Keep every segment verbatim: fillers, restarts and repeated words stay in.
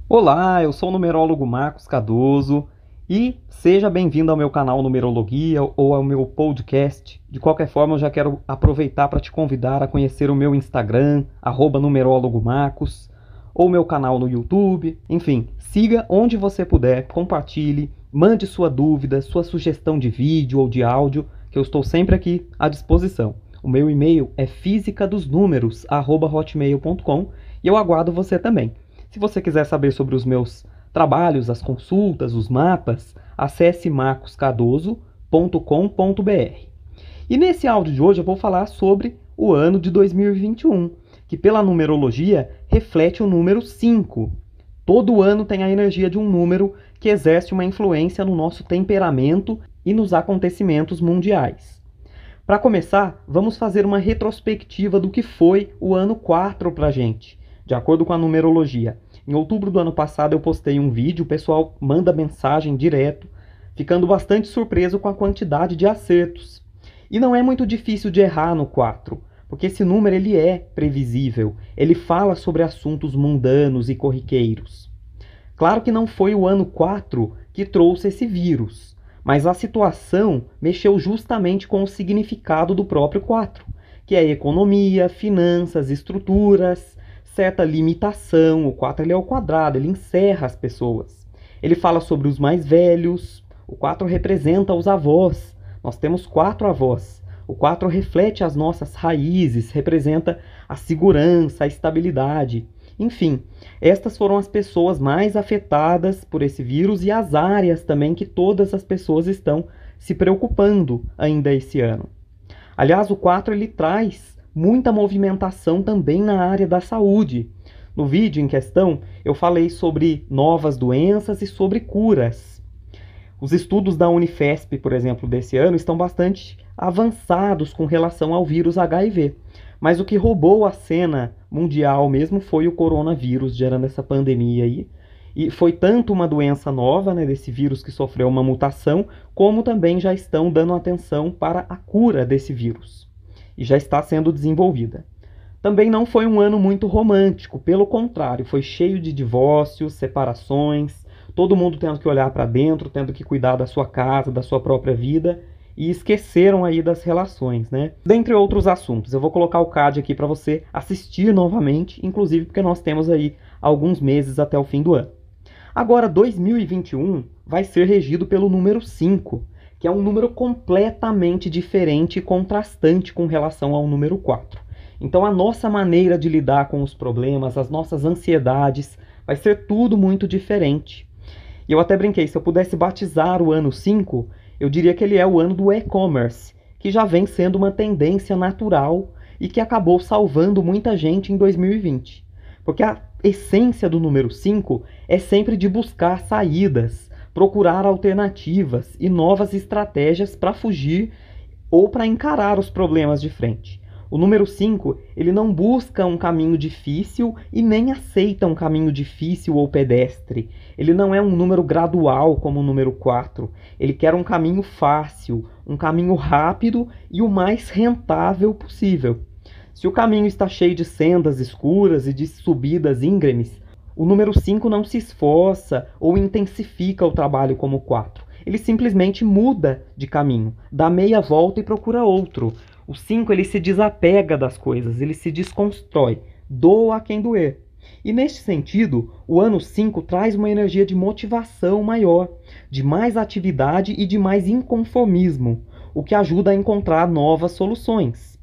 Olá, eu sou o numerólogo Marcos Cardoso e seja bem-vindo ao meu canal Numerologia ou ao meu podcast. De qualquer forma, eu já quero aproveitar para te convidar a conhecer o meu Instagram, arroba numerólogo Marcos, ou meu canal no YouTube. Enfim, siga onde você puder, compartilhe, mande sua dúvida, sua sugestão de vídeo ou de áudio, que eu estou sempre aqui à disposição. O meu e-mail é fisicadosnúmeros arroba hotmail ponto com e eu aguardo você também. Se você quiser saber sobre os meus trabalhos, as consultas, os mapas, acesse marcos cardoso ponto com ponto br. E nesse áudio de hoje eu vou falar sobre o ano de dois mil e vinte e um, que pela numerologia reflete o número cinco. Todo ano tem a energia de um número que exerce uma influência no nosso temperamento e nos acontecimentos mundiais. Para começar, vamos fazer uma retrospectiva do que foi o ano quatro para a gente. De acordo com a numerologia, em outubro do ano passado eu postei um vídeo, o pessoal manda mensagem direto, ficando bastante surpreso com a quantidade de acertos. E não é muito difícil de errar no quatro, porque esse número ele é previsível, ele fala sobre assuntos mundanos e corriqueiros. Claro que não foi o ano quatro que trouxe esse vírus, mas a situação mexeu justamente com o significado do próprio quatro, que é economia, finanças, estruturas, certa limitação. O quatro ele é o quadrado, ele encerra as pessoas. Ele fala sobre os mais velhos. O quatro representa os avós. Nós temos quatro avós. O quatro reflete as nossas raízes, representa a segurança, a estabilidade. Enfim, estas foram as pessoas mais afetadas por esse vírus e as áreas também que todas as pessoas estão se preocupando ainda esse ano. Aliás, o quatro ele traz muita movimentação também na área da saúde. No vídeo em questão, eu falei sobre novas doenças e sobre curas. Os estudos da Unifesp, por exemplo, desse ano, estão bastante avançados com relação ao vírus H I V. Mas o que roubou a cena mundial mesmo foi o coronavírus, gerando essa pandemia aí. E foi tanto uma doença nova, né, desse vírus que sofreu uma mutação, como também já estão dando atenção para a cura desse vírus. E já está sendo desenvolvida. Também não foi um ano muito romântico, pelo contrário, foi cheio de divórcios, separações, todo mundo tendo que olhar para dentro, tendo que cuidar da sua casa, da sua própria vida, e esqueceram aí das relações, né? Dentre outros assuntos, eu vou colocar o card aqui para você assistir novamente, inclusive porque nós temos aí alguns meses até o fim do ano. Agora, dois mil e vinte e um vai ser regido pelo número cinco, que é um número completamente diferente e contrastante com relação ao número quatro. Então a nossa maneira de lidar com os problemas, as nossas ansiedades, vai ser tudo muito diferente. E eu até brinquei, se eu pudesse batizar o ano cinco, eu diria que ele é o ano do e-commerce, que já vem sendo uma tendência natural e que acabou salvando muita gente em dois mil e vinte. Porque a essência do número cinco é sempre de buscar saídas, procurar alternativas e novas estratégias para fugir ou para encarar os problemas de frente. O número cinco, ele não busca um caminho difícil e nem aceita um caminho difícil ou pedestre. Ele não é um número gradual como o número quatro. Ele quer um caminho fácil, um caminho rápido e o mais rentável possível. Se o caminho está cheio de sendas escuras e de subidas íngremes, o número cinco não se esforça ou intensifica o trabalho como o quatro. Ele simplesmente muda de caminho, dá meia volta e procura outro. O cinco ele se desapega das coisas, ele se desconstrói, doa a quem doer. E neste sentido, o ano cinco traz uma energia de motivação maior, de mais atividade e de mais inconformismo, o que ajuda a encontrar novas soluções.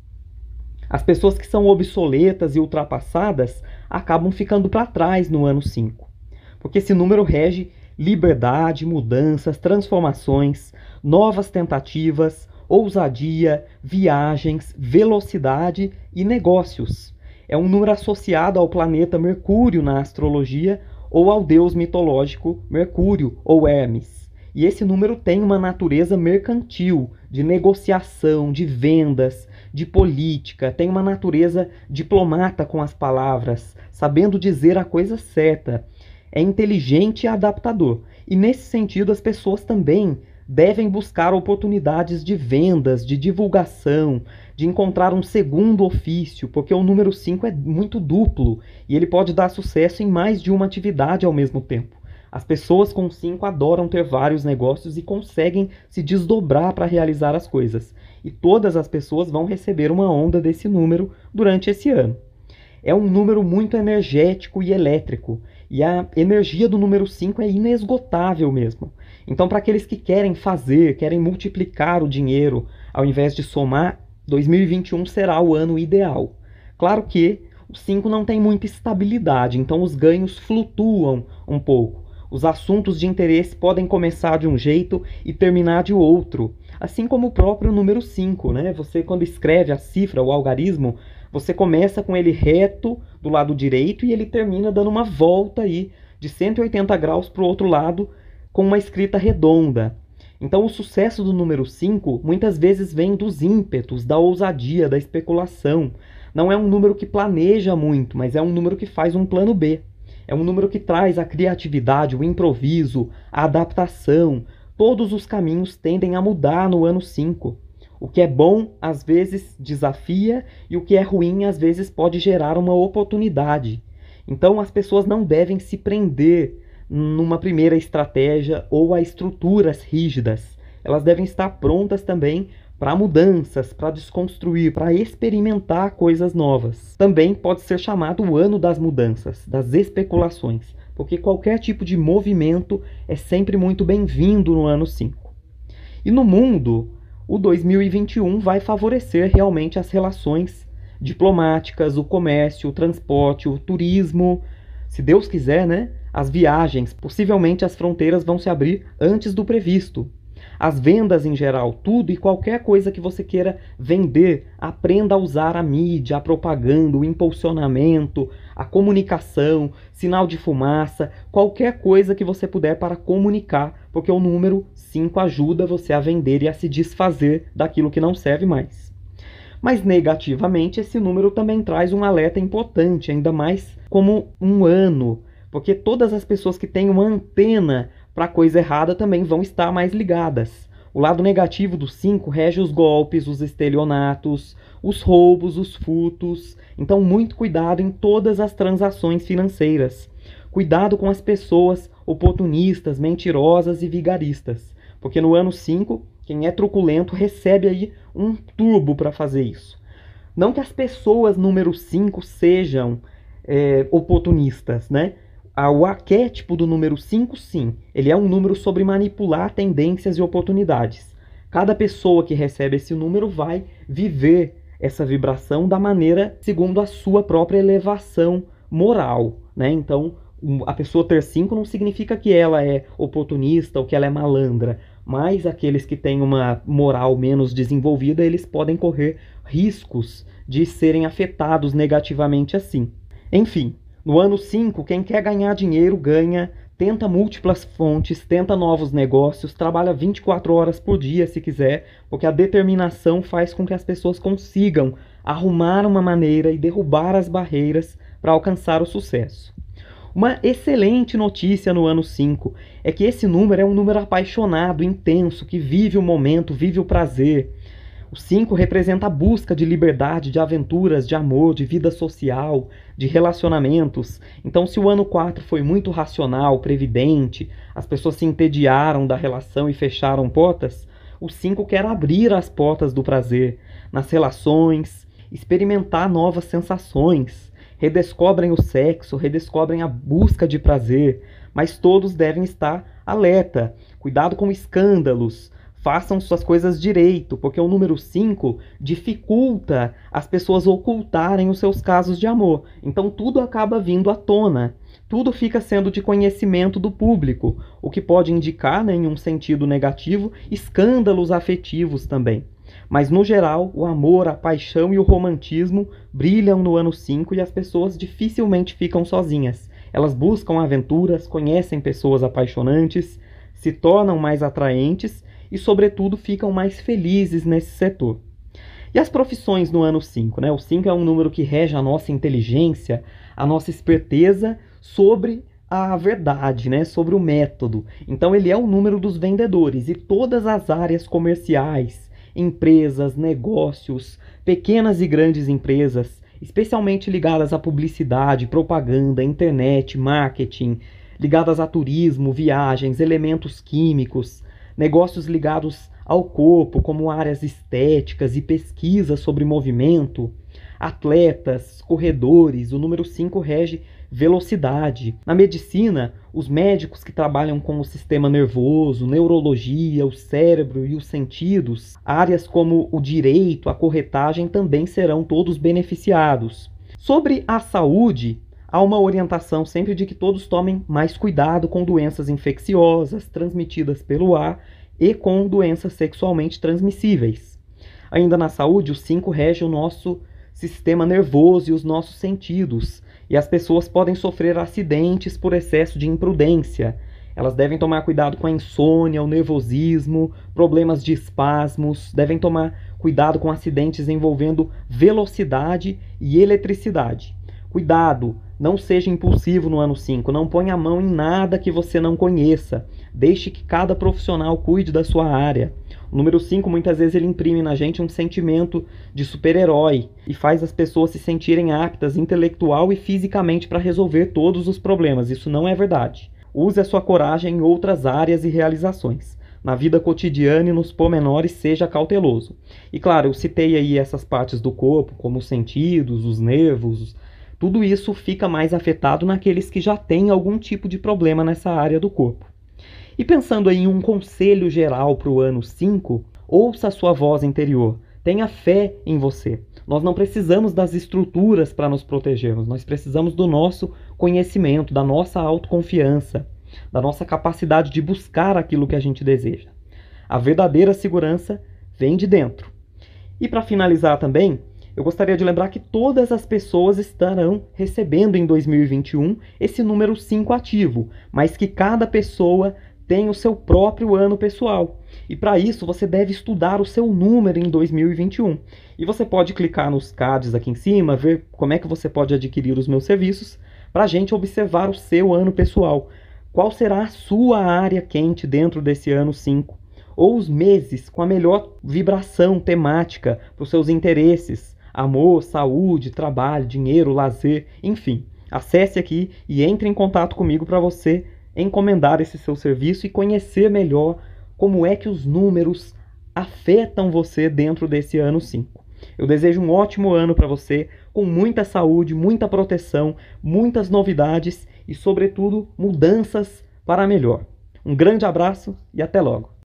As pessoas que são obsoletas e ultrapassadas acabam ficando para trás no ano cinco. Porque esse número rege liberdade, mudanças, transformações, novas tentativas, ousadia, viagens, velocidade e negócios. É um número associado ao planeta Mercúrio na astrologia ou ao deus mitológico Mercúrio ou Hermes. E esse número tem uma natureza mercantil, de negociação, de vendas, de política, tem uma natureza diplomata com as palavras, sabendo dizer a coisa certa. É inteligente e adaptador. E nesse sentido as pessoas também devem buscar oportunidades de vendas, de divulgação, de encontrar um segundo ofício, porque o número cinco é muito duplo e ele pode dar sucesso em mais de uma atividade ao mesmo tempo. As pessoas com cinco adoram ter vários negócios e conseguem se desdobrar para realizar as coisas. E todas as pessoas vão receber uma onda desse número durante esse ano. É um número muito energético e elétrico. E a energia do número cinco é inesgotável mesmo. Então, para aqueles que querem fazer, querem multiplicar o dinheiro, ao invés de somar, dois mil e vinte e um será o ano ideal. Claro que o cinco não tem muita estabilidade, então os ganhos flutuam um pouco. Os assuntos de interesse podem começar de um jeito e terminar de outro. Assim como o próprio número cinco, né? Você, quando escreve a cifra, o algarismo, você começa com ele reto do lado direito e ele termina dando uma volta aí de cento e oitenta graus para o outro lado com uma escrita redonda. Então o sucesso do número cinco muitas vezes vem dos ímpetos, da ousadia, da especulação. Não é um número que planeja muito, mas é um número que faz um plano B. É um número que traz a criatividade, o improviso, a adaptação. Todos os caminhos tendem a mudar no ano cinco. O que é bom, às vezes, desafia, e o que é ruim, às vezes, pode gerar uma oportunidade. Então, as pessoas não devem se prender numa primeira estratégia ou a estruturas rígidas. Elas devem estar prontas também para mudanças, para desconstruir, para experimentar coisas novas. Também pode ser chamado o ano das mudanças, das especulações, porque qualquer tipo de movimento é sempre muito bem-vindo no ano cinco. E no mundo, o dois mil e vinte e um vai favorecer realmente as relações diplomáticas, o comércio, o transporte, o turismo, se Deus quiser, né? As viagens, possivelmente as fronteiras vão se abrir antes do previsto. As vendas em geral, tudo e qualquer coisa que você queira vender, aprenda a usar a mídia, a propaganda, o impulsionamento, a comunicação, sinal de fumaça, qualquer coisa que você puder para comunicar, porque o número cinco ajuda você a vender e a se desfazer daquilo que não serve mais. Mas negativamente, esse número também traz um alerta importante, ainda mais como um ano, porque todas as pessoas que têm uma antena para a coisa errada também vão estar mais ligadas. O lado negativo do cinco rege os golpes, os estelionatos, os roubos, os furtos. Então, muito cuidado em todas as transações financeiras. Cuidado com as pessoas oportunistas, mentirosas e vigaristas. Porque no ano cinco, quem é truculento recebe aí um turbo para fazer isso. Não que as pessoas número cinco sejam é, oportunistas, né? O arquétipo do número cinco, sim, ele é um número sobre manipular tendências e oportunidades. Cada pessoa que recebe esse número vai viver essa vibração da maneira segundo a sua própria elevação moral, né? Então, a pessoa ter cinco não significa que ela é oportunista ou que ela é malandra, mas aqueles que têm uma moral menos desenvolvida, eles podem correr riscos de serem afetados negativamente assim. Enfim, no ano cinco, quem quer ganhar dinheiro ganha, tenta múltiplas fontes, tenta novos negócios, trabalha vinte e quatro horas por dia se quiser, porque a determinação faz com que as pessoas consigam arrumar uma maneira e derrubar as barreiras para alcançar o sucesso. Uma excelente notícia no ano cinco é que esse número é um número apaixonado, intenso, que vive o momento, vive o prazer. O cinco representa a busca de liberdade, de aventuras, de amor, de vida social, de relacionamentos. Então, se o ano quatro foi muito racional, previdente, as pessoas se entediaram da relação e fecharam portas, o cinco quer abrir as portas do prazer nas relações, experimentar novas sensações, redescobrem o sexo, redescobrem a busca de prazer, mas todos devem estar alerta, cuidado com escândalos, façam suas coisas direito, porque o número cinco dificulta as pessoas ocultarem os seus casos de amor. Então tudo acaba vindo à tona. Tudo fica sendo de conhecimento do público, o que pode indicar, né, em um sentido negativo, escândalos afetivos também. Mas, no geral, o amor, a paixão e o romantismo brilham no ano cinco e as pessoas dificilmente ficam sozinhas. Elas buscam aventuras, conhecem pessoas apaixonantes, se tornam mais atraentes e, sobretudo, ficam mais felizes nesse setor. E as profissões no ano cinco, né? O cinco é um número que rege a nossa inteligência, a nossa esperteza sobre a verdade, né? Sobre o método. Então ele é o número dos vendedores e todas as áreas comerciais, empresas, negócios, pequenas e grandes empresas, especialmente ligadas à publicidade, propaganda, internet, marketing, ligadas a turismo, viagens, elementos químicos, negócios ligados ao corpo, como áreas estéticas e pesquisa sobre movimento, atletas, corredores. O número cinco rege velocidade. Na medicina, os médicos que trabalham com o sistema nervoso, neurologia, o cérebro e os sentidos, áreas como o direito, a corretagem também serão todos beneficiados. Sobre a saúde, há uma orientação sempre de que todos tomem mais cuidado com doenças infecciosas transmitidas pelo ar e com doenças sexualmente transmissíveis. Ainda na saúde, o cinco rege o nosso sistema nervoso e os nossos sentidos, e as pessoas podem sofrer acidentes por excesso de imprudência. Elas devem tomar cuidado com a insônia, o nervosismo, problemas de espasmos, devem tomar cuidado com acidentes envolvendo velocidade e eletricidade. Cuidado, não seja impulsivo no ano cinco, não ponha a mão em nada que você não conheça. Deixe que cada profissional cuide da sua área. O número cinco, muitas vezes, ele imprime na gente um sentimento de super-herói e faz as pessoas se sentirem aptas intelectual e fisicamente para resolver todos os problemas. Isso não é verdade. Use a sua coragem em outras áreas e realizações. Na vida cotidiana e nos pormenores, seja cauteloso. E claro, eu citei aí essas partes do corpo, como os sentidos, os nervos. Tudo isso fica mais afetado naqueles que já têm algum tipo de problema nessa área do corpo. E pensando aí em um conselho geral para o ano cinco, ouça a sua voz interior, tenha fé em você. Nós não precisamos das estruturas para nos protegermos, nós precisamos do nosso conhecimento, da nossa autoconfiança, da nossa capacidade de buscar aquilo que a gente deseja. A verdadeira segurança vem de dentro. E para finalizar também, eu gostaria de lembrar que todas as pessoas estarão recebendo em dois mil e vinte e um esse número cinco ativo, mas que cada pessoa tem o seu próprio ano pessoal. E para isso você deve estudar o seu número em dois mil e vinte e um. E você pode clicar nos cards aqui em cima, ver como é que você pode adquirir os meus serviços, para a gente observar o seu ano pessoal. Qual será a sua área quente dentro desse ano cinco? Ou os meses com a melhor vibração temática para os seus interesses, amor, saúde, trabalho, dinheiro, lazer, enfim. Acesse aqui e entre em contato comigo para você encomendar esse seu serviço e conhecer melhor como é que os números afetam você dentro desse ano cinco. Eu desejo um ótimo ano para você, com muita saúde, muita proteção, muitas novidades e, sobretudo, mudanças para melhor. Um grande abraço e até logo!